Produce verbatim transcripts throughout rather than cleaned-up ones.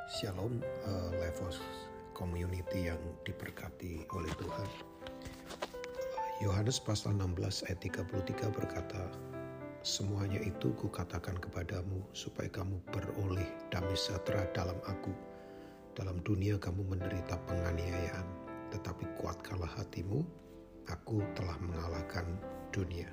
Shalom, uh, Levos Community yang diberkati oleh Tuhan. Yohanes pasal enam belas ayat tiga puluh tiga berkata, "Semuanya itu kukatakan kepadamu supaya kamu beroleh damai sejahtera dalam aku. Dalam dunia kamu menderita penganiayaan, tetapi kuatkanlah hatimu, aku telah mengalahkan dunia."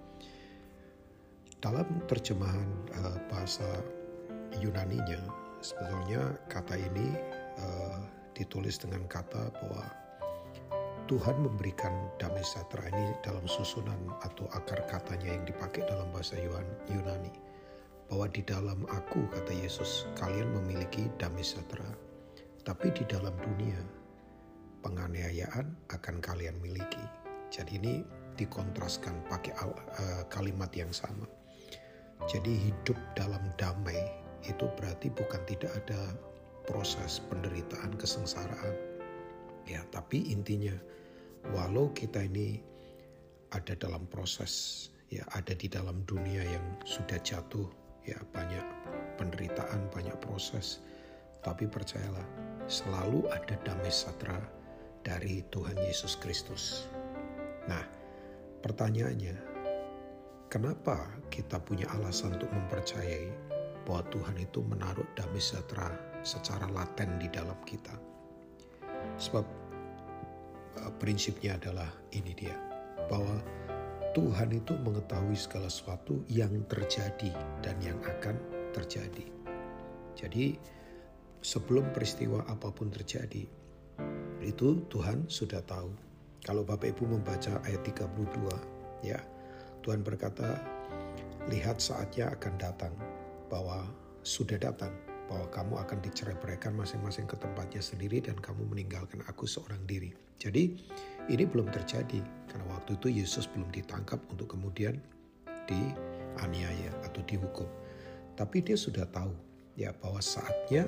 Dalam terjemahan uh, bahasa Yunaninya, sebetulnya kata ini uh, ditulis dengan kata bahwa Tuhan memberikan damai sejahtera ini dalam susunan atau akar katanya yang dipakai dalam bahasa Yunani. Bahwa di dalam aku, kata Yesus, kalian memiliki damai sejahtera. Tapi di dalam dunia, penganiayaan akan kalian miliki. Jadi ini dikontraskan pakai uh, kalimat yang sama. Jadi hidup dalam damai itu berarti bukan tidak ada proses penderitaan, kesengsaraan. Ya, tapi intinya walau kita ini ada dalam proses, ya ada di dalam dunia yang sudah jatuh, ya banyak penderitaan, banyak proses. Tapi percayalah, selalu ada damai sejahtera dari Tuhan Yesus Kristus. Nah, pertanyaannya, kenapa kita punya alasan untuk mempercayai bahwa Tuhan itu menaruh damai sejahtera secara laten di dalam kita? Sebab uh, prinsipnya adalah ini dia, bahwa Tuhan itu mengetahui segala sesuatu yang terjadi dan yang akan terjadi. Jadi sebelum peristiwa apapun terjadi, itu Tuhan sudah tahu. Kalau Bapak Ibu membaca ayat tiga puluh dua, ya, Tuhan berkata, "Lihat saatnya akan datang, bahwa sudah datang, bahwa kamu akan dicerai-beraikan masing-masing ke tempatnya sendiri dan kamu meninggalkan aku seorang diri." Jadi ini belum terjadi karena waktu itu Yesus belum ditangkap untuk kemudian dianiaya atau dihukum. Tapi dia sudah tahu ya bahwa saatnya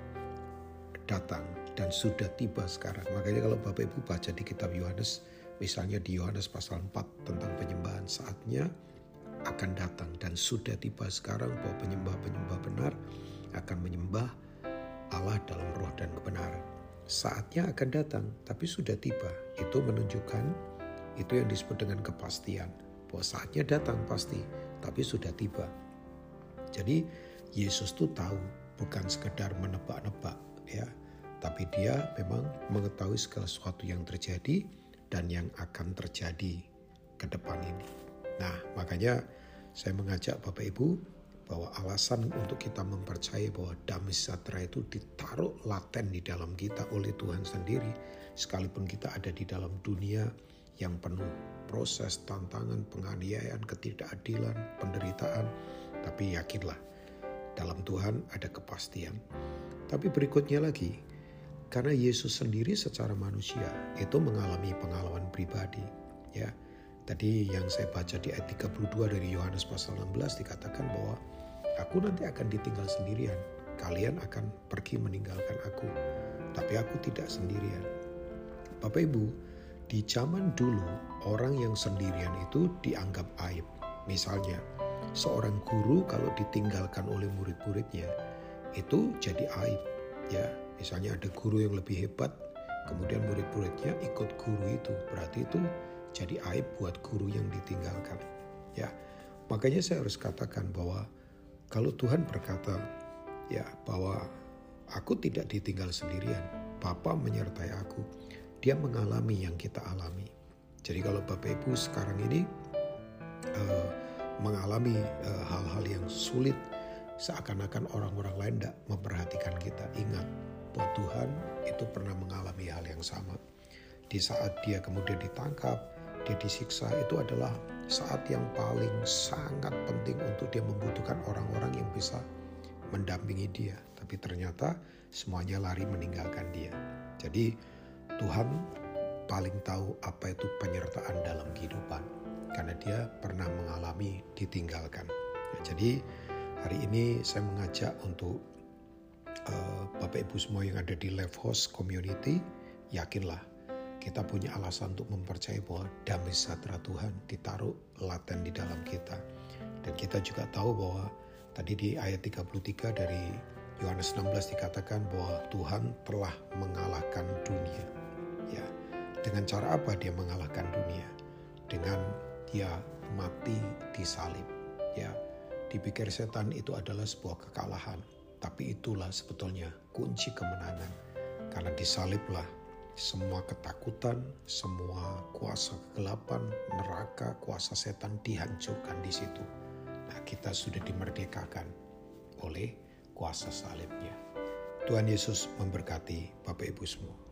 datang dan sudah tiba sekarang. Makanya kalau Bapak Ibu baca di kitab Yohanes, misalnya di Yohanes pasal empat tentang penyembahan, saatnya akan datang dan sudah tiba sekarang bahwa penyembah-penyembah benar akan menyembah Allah dalam roh dan kebenaran. Saatnya akan datang, tapi sudah tiba. Itu menunjukkan, itu yang disebut dengan kepastian, bahwa saatnya datang pasti, tapi sudah tiba. Jadi Yesus tuh tahu, bukan sekedar menebak-nebak, ya, tapi dia memang mengetahui segala sesuatu yang terjadi dan yang akan terjadi ke depan ini. Nah, makanya saya mengajak Bapak Ibu bahwa alasan untuk kita mempercayai bahwa damai sejahtera itu ditaruh laten di dalam kita oleh Tuhan sendiri, sekalipun kita ada di dalam dunia yang penuh proses, tantangan, penganiayaan, ketidakadilan, penderitaan, tapi yakinlah dalam Tuhan ada kepastian. Tapi berikutnya lagi, karena Yesus sendiri secara manusia itu mengalami pengalaman pribadi, ya. Tadi yang saya baca di ayat tiga puluh dua dari Yohanes pasal enam belas dikatakan bahwa aku nanti akan ditinggal sendirian. Kalian akan pergi meninggalkan aku, tapi aku tidak sendirian. Bapak Ibu, di zaman dulu orang yang sendirian itu dianggap aib. Misalnya, seorang guru kalau ditinggalkan oleh murid-muridnya itu jadi aib, ya. Misalnya ada guru yang lebih hebat, kemudian murid-muridnya ikut guru itu, berarti itu jadi aib buat guru yang ditinggalkan. Ya, makanya saya harus katakan bahwa kalau Tuhan berkata, ya, bahwa aku tidak ditinggal sendirian, Bapa menyertai aku, dia mengalami yang kita alami. Jadi kalau Bapak Ibu sekarang ini uh, mengalami uh, hal-hal yang sulit, seakan-akan orang-orang lain tidak memperhatikan kita, ingat bahwa Tuhan itu pernah mengalami hal yang sama. Di saat dia kemudian ditangkap, dia disiksa, itu adalah saat yang paling sangat penting untuk dia membutuhkan orang-orang yang bisa mendampingi dia. Tapi ternyata semuanya lari meninggalkan dia. Jadi Tuhan paling tahu apa itu penyertaan dalam kehidupan, karena dia pernah mengalami ditinggalkan. Ya, jadi hari ini saya mengajak untuk uh, Bapak Ibu semua yang ada di Life House Community, yakinlah kita punya alasan untuk mempercayai bahwa damai sejahtera Tuhan ditaruh laten di dalam kita. Dan kita juga tahu bahwa tadi di ayat tiga puluh tiga dari Yohanes enam belas dikatakan bahwa Tuhan telah mengalahkan dunia. Ya, dengan cara apa dia mengalahkan dunia? Dengan dia mati di salib. Ya, dipikir setan itu adalah sebuah kekalahan, tapi itulah sebetulnya kunci kemenangan. Karena disaliblah semua ketakutan, semua kuasa kegelapan, neraka, kuasa setan dihancurkan di situ. Nah, kita sudah dimerdekakan oleh kuasa salibnya. Tuhan Yesus memberkati Bapak Ibu semua.